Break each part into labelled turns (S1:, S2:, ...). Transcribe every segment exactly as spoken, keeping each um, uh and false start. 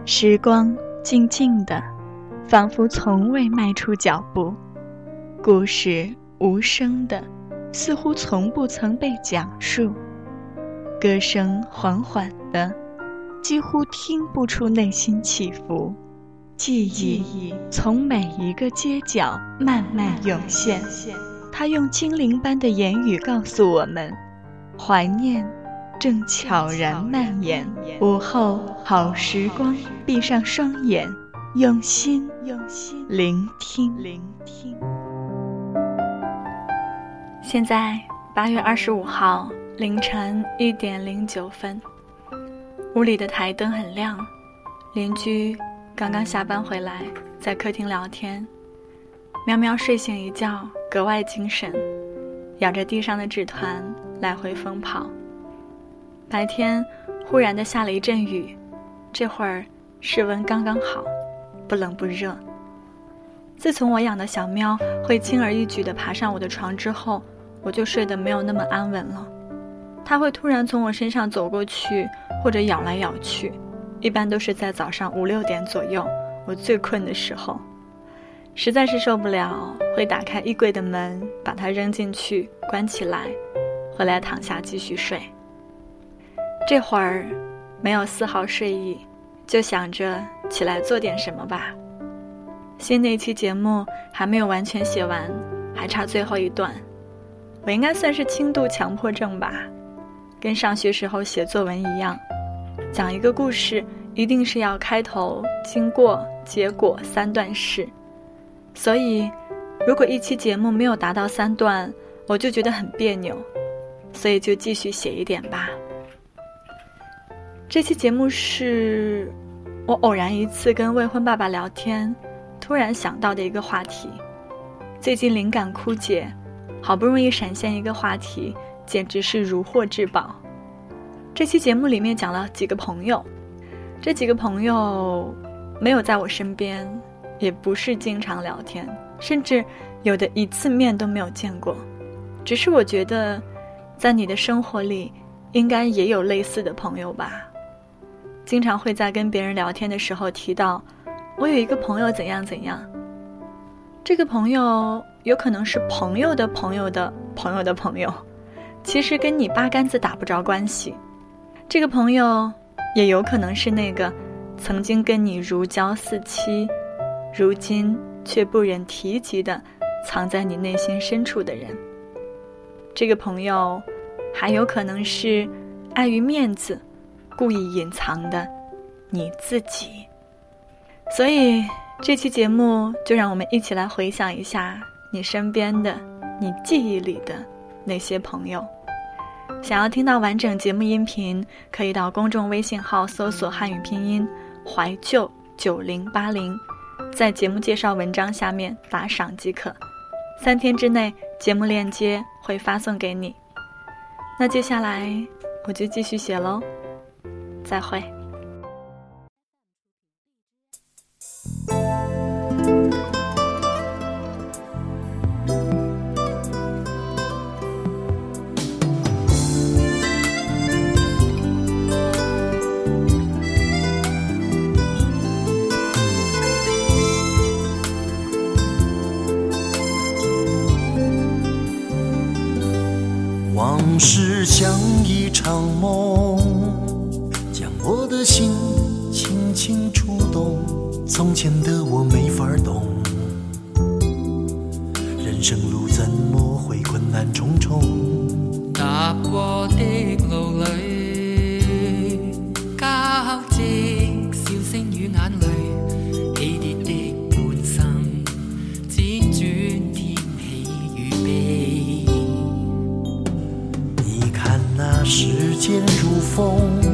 S1: 时光静静的，仿佛从未迈出脚步；故事无声的，似乎从不曾被讲述；歌声缓缓的，几乎听不出内心起伏；记忆从每一个街角慢慢涌现。它用精灵般的言语告诉我们，怀念正悄然蔓延。午后好时光，闭上双眼，用心聆听。现在八月二十五号凌晨一点零九分，屋里的台灯很亮，邻居刚刚下班回来，在客厅聊天。喵喵睡醒一觉，格外精神，咬着地上的纸团来回疯跑。白天忽然的下了一阵雨，这会儿室温刚刚好，不冷不热。自从我养的小喵会轻而易举地爬上我的床之后，我就睡得没有那么安稳了。它会突然从我身上走过去，或者咬来咬去，一般都是在早上五六点左右，我最困的时候。实在是受不了，会打开衣柜的门，把它扔进去，关起来，回来躺下继续睡。这会儿没有丝毫睡意，就想着起来做点什么吧。新的一期节目还没有完全写完，还差最后一段。我应该算是轻度强迫症吧，跟上学时候写作文一样，讲一个故事一定是要开头、经过、结果三段式。所以如果一期节目没有达到三段，我就觉得很别扭，所以就继续写一点吧。这期节目是我偶然一次跟未婚爸爸聊天，突然想到的一个话题。最近灵感枯竭，好不容易闪现一个话题，简直是如获至宝。这期节目里面讲了几个朋友，这几个朋友没有在我身边，也不是经常聊天，甚至有的一次面都没有见过。只是我觉得在你的生活里应该也有类似的朋友吧。经常会在跟别人聊天的时候提到，我有一个朋友怎样怎样。这个朋友有可能是朋友的朋友的朋友的朋友，其实跟你八竿子打不着关系。这个朋友也有可能是那个曾经跟你如胶似漆，如今却不忍提及的藏在你内心深处的人。这个朋友还有可能是碍于面子故意隐藏的你自己。所以这期节目就让我们一起来回想一下你身边的、你记忆里的那些朋友。想要听到完整节目音频，可以到公众微信号搜索汉语拼音怀旧九零八零，在节目介绍文章下面打赏即可。三天之内节目链接会发送给你。那接下来我就继续写咯，再会。
S2: 往事像一场梦，将我的心轻轻触动。从前的我没法懂，人生路怎麼會困難重重？
S3: 踏過的路裏，交織笑聲與眼淚，起跌的半生，只轉天氣與悲。
S2: 你看那時間如風，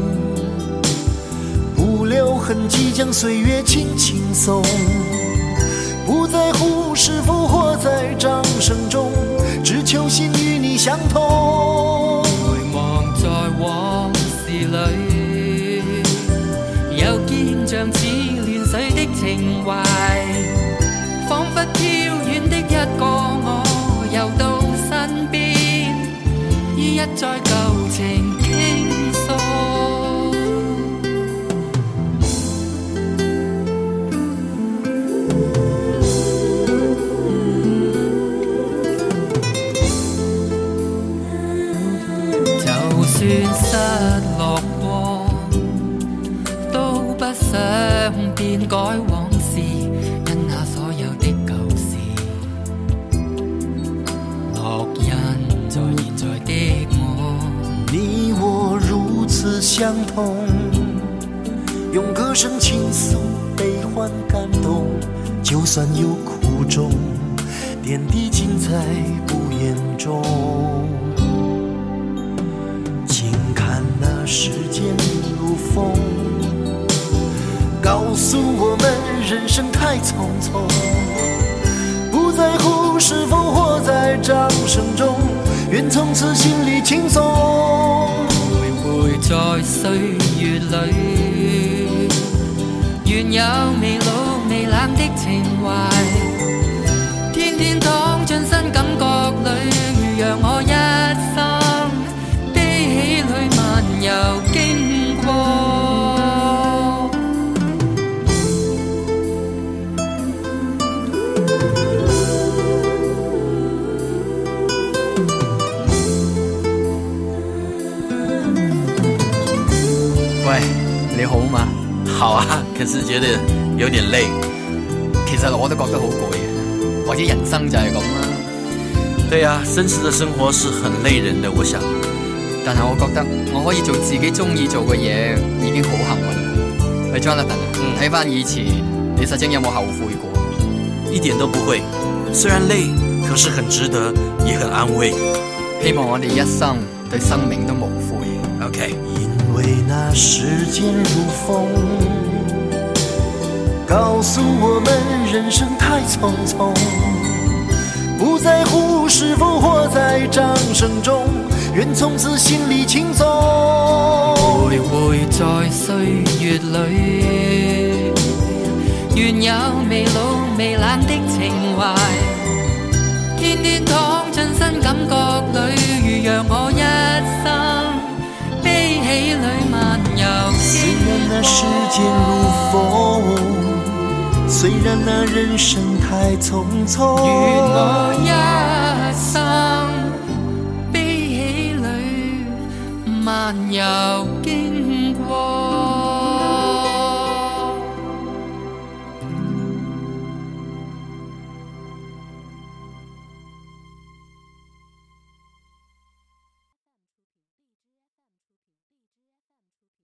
S2: 不留痕迹將歲月輕輕送，不在乎是否活在掌聲中，只求心與你相通。
S3: 回望在往事裏，又見像似亂水的情懷，彷彿飄遠的一個我又到身邊，依一再舊情傾訴。 變改往事，因那所有的舊事烙印在現在的我。
S2: 你我如此相同，用歌聲傾訴悲歡感動，就算有苦衷，點滴盡在不言中。請看那時間如風，告訴我們人生太匆匆，不在乎是否活在掌聲中，願從此心裡輕鬆。
S3: 徘徊在歲月裡，願有未老未冷的情懷，天天躺進新感覺裡，讓我一生悲喜裡漫遊經過。
S4: 喂，你好嗎？
S5: 好啊，可是覺得有點累。
S4: 其實我都覺得好攰嘅，或者人生就係咁啦。
S5: 對啊，真實的生活是很累人的，我想。
S4: 但係我覺得我可以做自己中意做嘅嘢，已經好幸運啦。喂 Jonathan，睇翻以前，你實情有冇後悔過？
S5: 一點都不會，雖然累，可是很值得，也很安慰。
S4: 希望我哋一生對生命都無悔。
S5: OK。
S2: 因為那時間如風，告訴我們人生太匆匆，不在乎是否活在掌聲中，願從此心裡輕鬆。
S3: 徘徊在歲月裡，願有未老未冷的情懷，天天躺進新感覺裡，讓我一生悲喜裡漫遊
S2: 雖然那時間如風，雖然那人生太匆匆，
S3: 願我一生悲喜裡漫遊經